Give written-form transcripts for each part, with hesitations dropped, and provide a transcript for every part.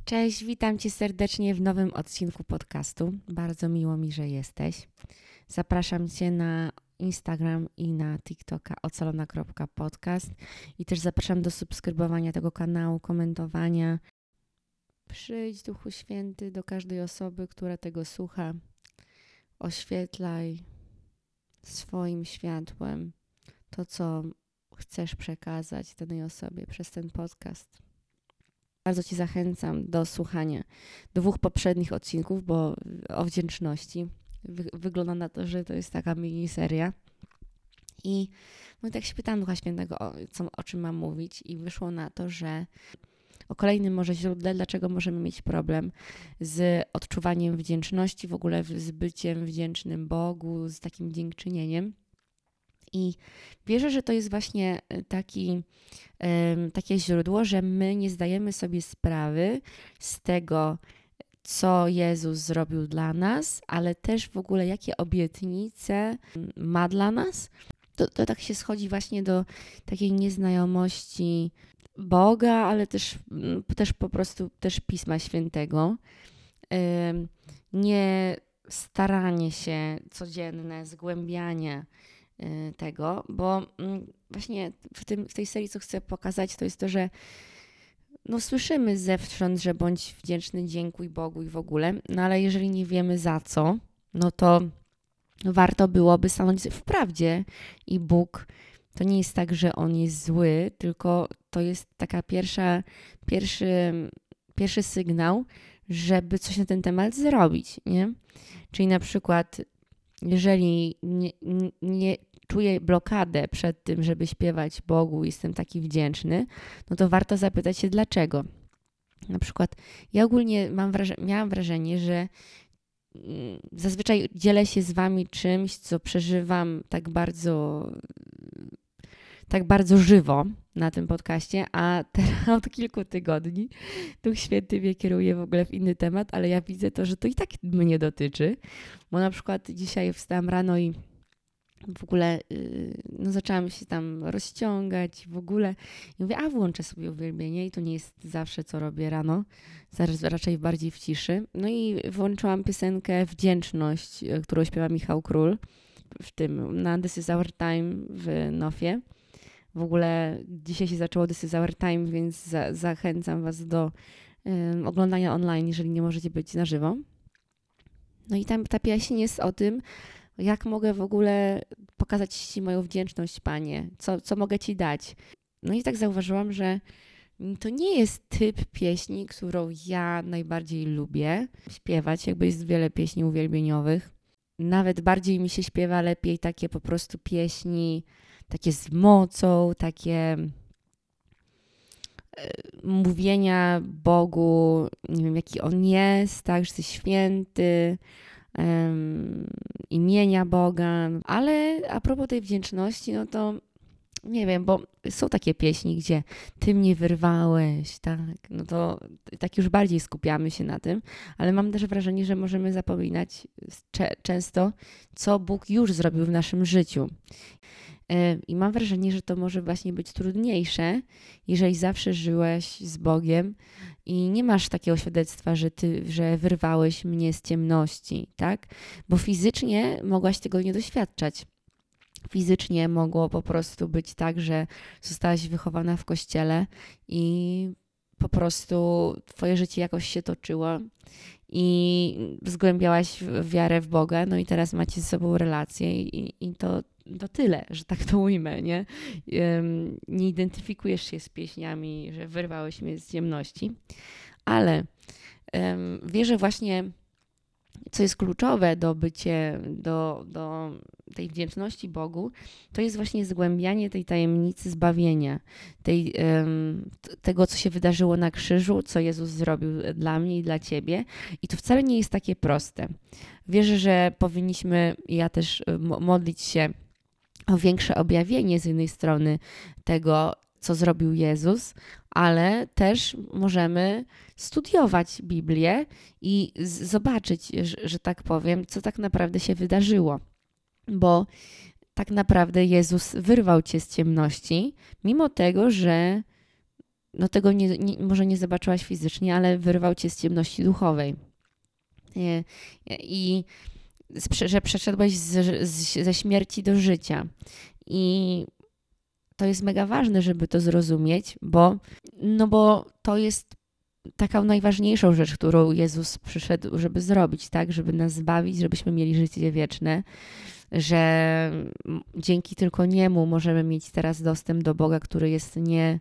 Cześć, witam Cię serdecznie w nowym odcinku podcastu. Bardzo miło mi, że jesteś. Zapraszam Cię na Instagram i na TikToka ocalona.podcast i też zapraszam do subskrybowania tego kanału, komentowania. Przyjdź, Duchu Święty, do każdej osoby, która tego słucha. Oświetlaj swoim światłem to, co chcesz przekazać danej osobie przez ten podcast. Bardzo Ci zachęcam do słuchania 2 poprzednich odcinków, bo o wdzięczności. Wygląda na to, że to jest taka miniseria. I tak się pytałam Ducha Świętego, o czym mam mówić, i wyszło na to, że o kolejnym może źródle, dlaczego możemy mieć problem z odczuwaniem wdzięczności, w ogóle z byciem wdzięcznym Bogu, z takim dziękczynieniem. I wierzę, że to jest właśnie takie źródło, że my nie zdajemy sobie sprawy z tego, co Jezus zrobił dla nas, ale też w ogóle jakie obietnice ma dla nas. To tak się schodzi właśnie do takiej nieznajomości Boga, ale też po prostu też Pisma Świętego. Nie staranie się codzienne, zgłębianie tego, bo właśnie w tej serii, co chcę pokazać, to jest to, że słyszymy zewsząd, że bądź wdzięczny, dziękuj Bogu i w ogóle, ale jeżeli nie wiemy za co, to warto byłoby stanąć w prawdzie i Bóg to nie jest tak, że On jest zły, tylko to jest taka pierwszy sygnał, żeby coś na ten temat zrobić, nie? Czyli na przykład jeżeli nie czuję blokadę przed tym, żeby śpiewać Bogu, jestem taki wdzięczny, to warto zapytać się dlaczego. Na przykład ja ogólnie miałam wrażenie, że zazwyczaj dzielę się z wami czymś, co przeżywam tak bardzo żywo na tym podcaście, a teraz od kilku tygodni Duch Święty mnie kieruje w ogóle w inny temat, ale ja widzę to, że to i tak mnie dotyczy, bo na przykład dzisiaj wstałam rano i w ogóle zaczęłam się tam rozciągać w ogóle i mówię, włączę sobie uwielbienie i to nie jest zawsze, co robię rano, raczej bardziej w ciszy. No i włączyłam piosenkę Wdzięczność, którą śpiewa Michał Król na This is Our Time w Nofie. W ogóle dzisiaj się zaczęło This is Our Time, więc zachęcam Was do oglądania online, jeżeli nie możecie być na żywo. No i ta pieśń jest o tym, jak mogę w ogóle pokazać Ci moją wdzięczność, Panie, co mogę Ci dać. No i tak zauważyłam, że to nie jest typ pieśni, którą ja najbardziej lubię śpiewać, jakby jest wiele pieśni uwielbieniowych. Nawet bardziej mi się śpiewa lepiej takie po prostu pieśni, takie z mocą, takie mówienia Bogu, nie wiem, jaki On jest, tak, że jest święty, imienia Boga, ale a propos tej wdzięczności, to nie wiem, bo są takie pieśni, gdzie Ty mnie wyrwałeś, tak, to tak już bardziej skupiamy się na tym, ale mam też wrażenie, że możemy zapominać często, co Bóg już zrobił w naszym życiu. I mam wrażenie, że to może właśnie być trudniejsze, jeżeli zawsze żyłeś z Bogiem i nie masz takiego świadectwa, że wyrwałeś mnie z ciemności, tak? Bo fizycznie mogłaś tego nie doświadczać. Fizycznie mogło po prostu być tak, że zostałaś wychowana w kościele i po prostu twoje życie jakoś się toczyło i zgłębiałaś wiarę w Boga, no i teraz macie ze sobą relację i to tyle, że tak to ujmę, nie? Nie identyfikujesz się z pieśniami, że wyrwałeś mnie z ciemności, ale wierzę właśnie, co jest kluczowe do tej wdzięczności Bogu, to jest właśnie zgłębianie tej tajemnicy zbawienia, tego, co się wydarzyło na krzyżu, co Jezus zrobił dla mnie i dla ciebie. I to wcale nie jest takie proste. Wierzę, że powinniśmy, ja też modlić się o większe objawienie z jednej strony tego, co zrobił Jezus, ale też możemy studiować Biblię i zobaczyć, że tak powiem, co tak naprawdę się wydarzyło. Bo tak naprawdę Jezus wyrwał cię z ciemności, mimo tego, że no tego może nie zobaczyłaś fizycznie, ale wyrwał cię z ciemności duchowej. I że przeszedłeś ze śmierci do życia. I to jest mega ważne, żeby to zrozumieć, bo to jest taką najważniejszą rzecz, którą Jezus przyszedł, żeby zrobić, tak? Żeby nas zbawić, żebyśmy mieli życie wieczne, że dzięki tylko Niemu możemy mieć teraz dostęp do Boga, który jest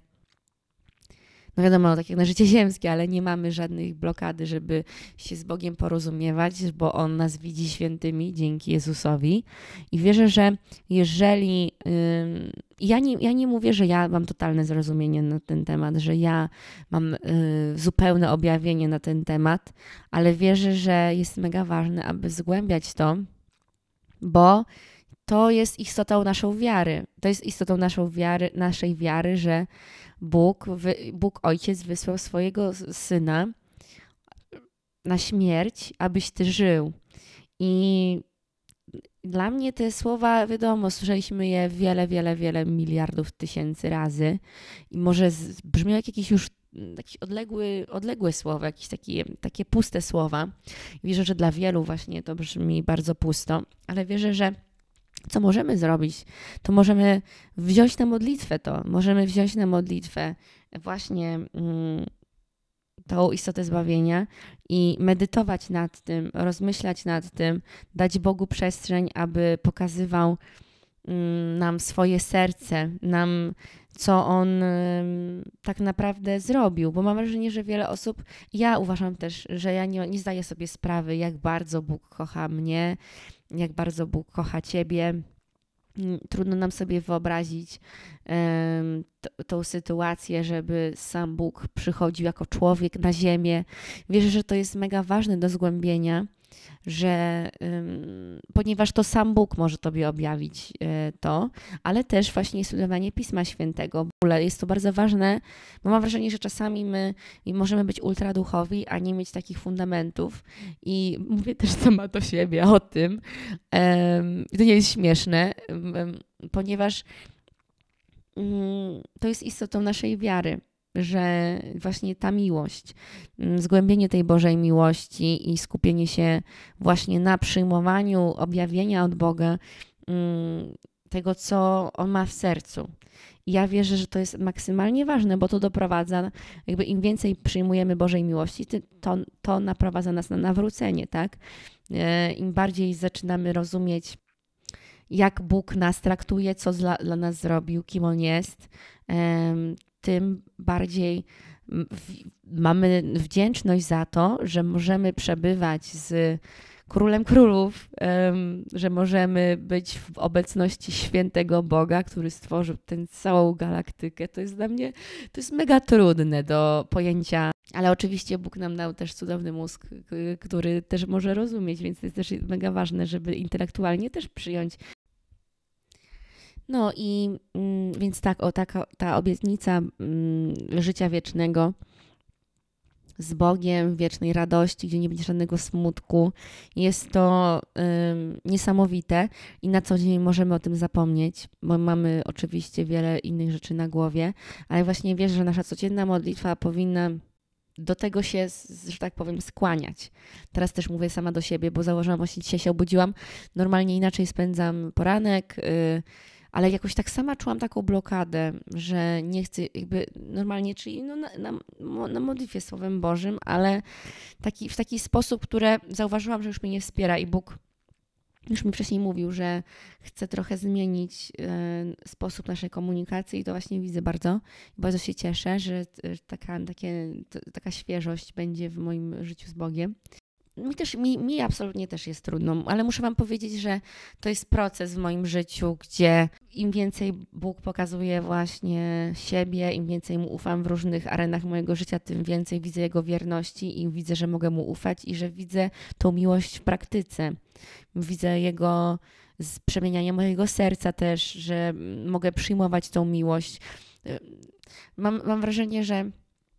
no wiadomo, tak jak na życie ziemskie, ale nie mamy żadnych blokady, żeby się z Bogiem porozumiewać, bo On nas widzi świętymi dzięki Jezusowi. I wierzę, że jeżeli... Ja nie mówię, że ja mam totalne zrozumienie na ten temat, że ja mam zupełne objawienie na ten temat, ale wierzę, że jest mega ważne, aby zgłębiać to, bo to jest istotą naszą wiary. To jest istotą naszej wiary, że Bóg Ojciec wysłał swojego Syna na śmierć, abyś ty żył. I dla mnie te słowa, wiadomo, słyszeliśmy je wiele miliardów tysięcy razy i może brzmią jak jakieś już jakieś odległe słowa, jakieś takie puste słowa. Wierzę, że dla wielu właśnie to brzmi bardzo pusto, ale wierzę, że co możemy zrobić, to możemy wziąć na modlitwę właśnie tą istotę zbawienia i medytować nad tym, rozmyślać nad tym, dać Bogu przestrzeń, aby pokazywał nam swoje serce, nam co On tak naprawdę zrobił, bo mam wrażenie, że wiele osób, ja uważam też, że ja nie zdaję sobie sprawy, jak bardzo Bóg kocha mnie, jak bardzo Bóg kocha ciebie. Trudno nam sobie wyobrazić tą sytuację, żeby sam Bóg przychodził jako człowiek na ziemię. Wierzę, że to jest mega ważne do zgłębienia, że ponieważ to sam Bóg może tobie objawić to, ale też właśnie studiowanie Pisma Świętego. W ogóle jest to bardzo ważne, bo mam wrażenie, że czasami my możemy być ultraduchowi, a nie mieć takich fundamentów i mówię też sama do siebie o tym. To nie jest śmieszne, ponieważ to jest istotą naszej wiary, że właśnie ta miłość, zgłębienie tej Bożej miłości i skupienie się właśnie na przyjmowaniu objawienia od Boga tego, co On ma w sercu. I ja wierzę, że to jest maksymalnie ważne, bo to doprowadza, jakby im więcej przyjmujemy Bożej miłości, to naprowadza nas na nawrócenie, tak? Im bardziej zaczynamy rozumieć, jak Bóg nas traktuje, co dla nas zrobił, kim On jest, tym bardziej mamy wdzięczność za to, że możemy przebywać z Królem Królów, że możemy być w obecności świętego Boga, który stworzył tę całą galaktykę. To jest dla mnie, to jest mega trudne do pojęcia, ale oczywiście Bóg nam dał też cudowny mózg, który też może rozumieć, więc to jest też mega ważne, żeby intelektualnie też przyjąć. No i więc tak, ta obietnica życia wiecznego z Bogiem, wiecznej radości, gdzie nie będzie żadnego smutku, jest to niesamowite i na co dzień możemy o tym zapomnieć, bo mamy oczywiście wiele innych rzeczy na głowie, ale właśnie wierzę, że nasza codzienna modlitwa powinna do tego się, że tak powiem, skłaniać. Teraz też mówię sama do siebie, bo założyłam, właśnie dzisiaj się obudziłam, normalnie inaczej spędzam poranek, ale jakoś tak sama czułam taką blokadę, że nie chcę jakby normalnie, czyli na modlitwie Słowem Bożym, ale w taki sposób, który zauważyłam, że już mnie nie wspiera i Bóg już mi wcześniej mówił, że chce trochę zmienić sposób naszej komunikacji i to właśnie widzę bardzo. Bardzo się cieszę, że taka świeżość będzie w moim życiu z Bogiem. Mi absolutnie też jest trudno, ale muszę wam powiedzieć, że to jest proces w moim życiu, gdzie im więcej Bóg pokazuje właśnie siebie, im więcej Mu ufam w różnych arenach mojego życia, tym więcej widzę Jego wierności i widzę, że mogę Mu ufać i że widzę tą miłość w praktyce. Widzę Jego przemienianie mojego serca też, że mogę przyjmować tą miłość. Mam wrażenie, że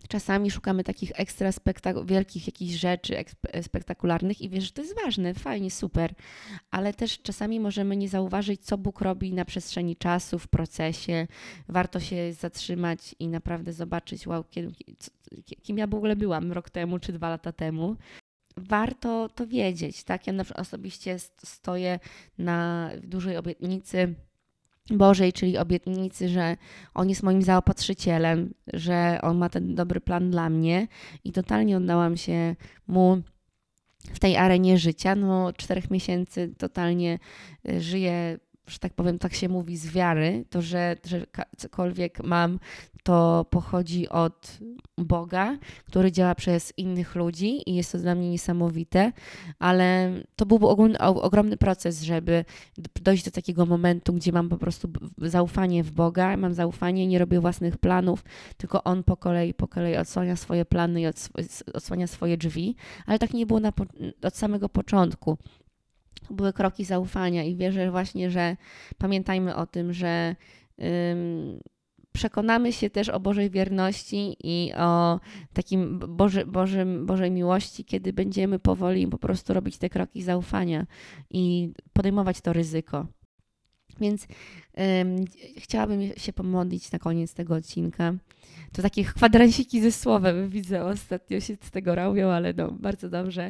Czasami szukamy takich ekstra wielkich jakichś rzeczy spektakularnych i wiesz, że to jest ważne, fajnie, super, ale też czasami możemy nie zauważyć, co Bóg robi na przestrzeni czasu, w procesie. Warto się zatrzymać i naprawdę zobaczyć, wow, kim ja w ogóle byłam rok temu czy 2 lata temu. Warto to wiedzieć, tak? Ja osobiście stoję na dużej obietnicy Bożej, czyli obietnicy, że On jest moim zaopatrzycielem, że On ma ten dobry plan dla mnie i totalnie oddałam się Mu w tej arenie życia. 4 miesięcy totalnie żyję, że tak powiem, tak się mówi, z wiary. To, że cokolwiek mam, to pochodzi od Boga, który działa przez innych ludzi i jest to dla mnie niesamowite, ale to był ogromny proces, żeby dojść do takiego momentu, gdzie mam po prostu zaufanie w Boga, mam zaufanie, nie robię własnych planów, tylko On po kolei odsłania swoje plany i odsłania swoje drzwi, ale tak nie było od samego początku. To były kroki zaufania i wierzę właśnie, że pamiętajmy o tym, że przekonamy się też o Bożej wierności i o takim Bożej miłości, kiedy będziemy powoli po prostu robić te kroki zaufania i podejmować to ryzyko. Więc chciałabym się pomodlić na koniec tego odcinka. To takie kwadransiki ze słowem widzę ostatnio się z tego robią, ale bardzo dobrze.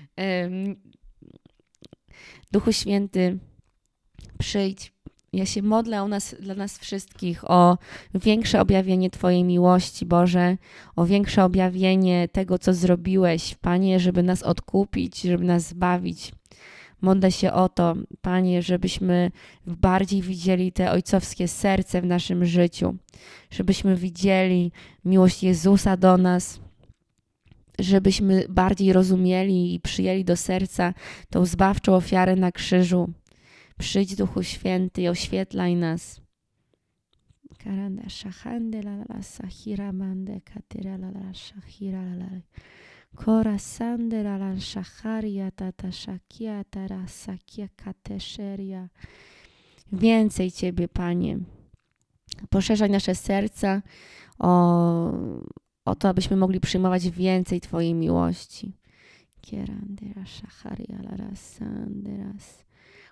Duchu Święty, przyjdź. Ja się modlę dla nas wszystkich o większe objawienie Twojej miłości, Boże, o większe objawienie tego, co zrobiłeś, Panie, żeby nas odkupić, żeby nas zbawić. Modlę się o to, Panie, żebyśmy bardziej widzieli te ojcowskie serce w naszym życiu, żebyśmy widzieli miłość Jezusa do nas, żebyśmy bardziej rozumieli i przyjęli do serca tą zbawczą ofiarę na krzyżu. Przyjdź, Duchu Święty, i oświetlaj nas. Karanda shahande la la sahira mande katira la la shahira la la kora sande la la shaharia tata shakia tara sakia katesheria. Więcej Ciebie, Panie. Poszerzaj nasze serca o to, abyśmy mogli przyjmować więcej Twojej miłości. Kierandera shaharia la la sanderas.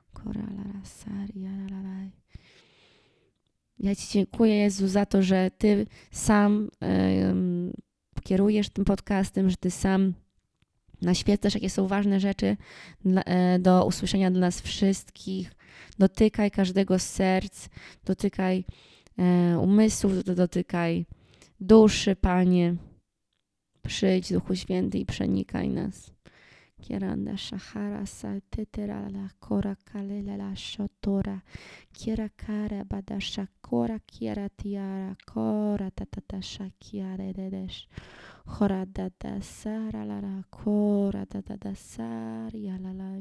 Ja Ci dziękuję, Jezu, za to, że Ty sam kierujesz tym podcastem, że Ty sam naświetlasz, jakie są ważne rzeczy do usłyszenia dla nas wszystkich. Dotykaj każdego z serc, dotykaj umysłów, dotykaj duszy, Panie. Przyjdź, Duchu Święty, i przenikaj nas. Kieranda shahara saltetera la kora kalela la shotora kiera kara bada shakora kiera tiara kora tatata shakiara dedesh chora dada sara la kora dada saria la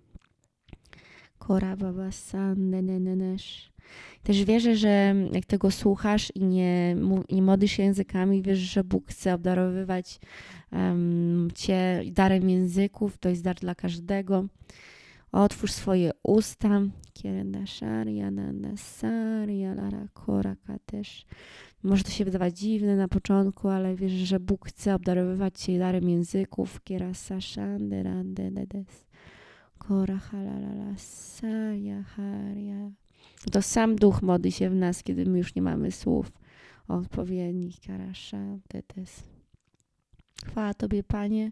kora baba sande nenenesz. Też wierzę, że jak tego słuchasz i nie modlisz się językami, wiesz, że Bóg chce obdarowywać Cię darem języków, to jest dar dla każdego. Otwórz swoje usta. Może to się wydawać dziwne na początku, ale wiesz, że Bóg chce obdarowywać Cię darem języków. To sam Duch modli się w nas, kiedy my już nie mamy słów odpowiednich. Chwała Tobie, Panie.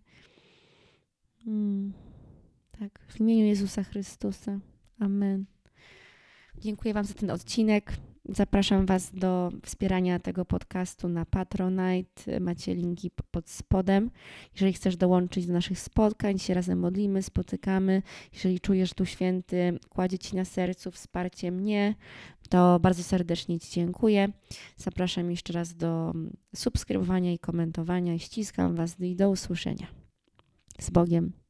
Tak, w imieniu Jezusa Chrystusa. Amen. Dziękuję Wam za ten odcinek. Zapraszam Was do wspierania tego podcastu na Patronite. Macie linki pod spodem. Jeżeli chcesz dołączyć do naszych spotkań, się razem modlimy, spotykamy. Jeżeli czujesz, że Duch Święty kładzie Ci na sercu wsparcie mnie, to bardzo serdecznie Ci dziękuję. Zapraszam jeszcze raz do subskrybowania i komentowania. Ściskam Was i do usłyszenia. Z Bogiem.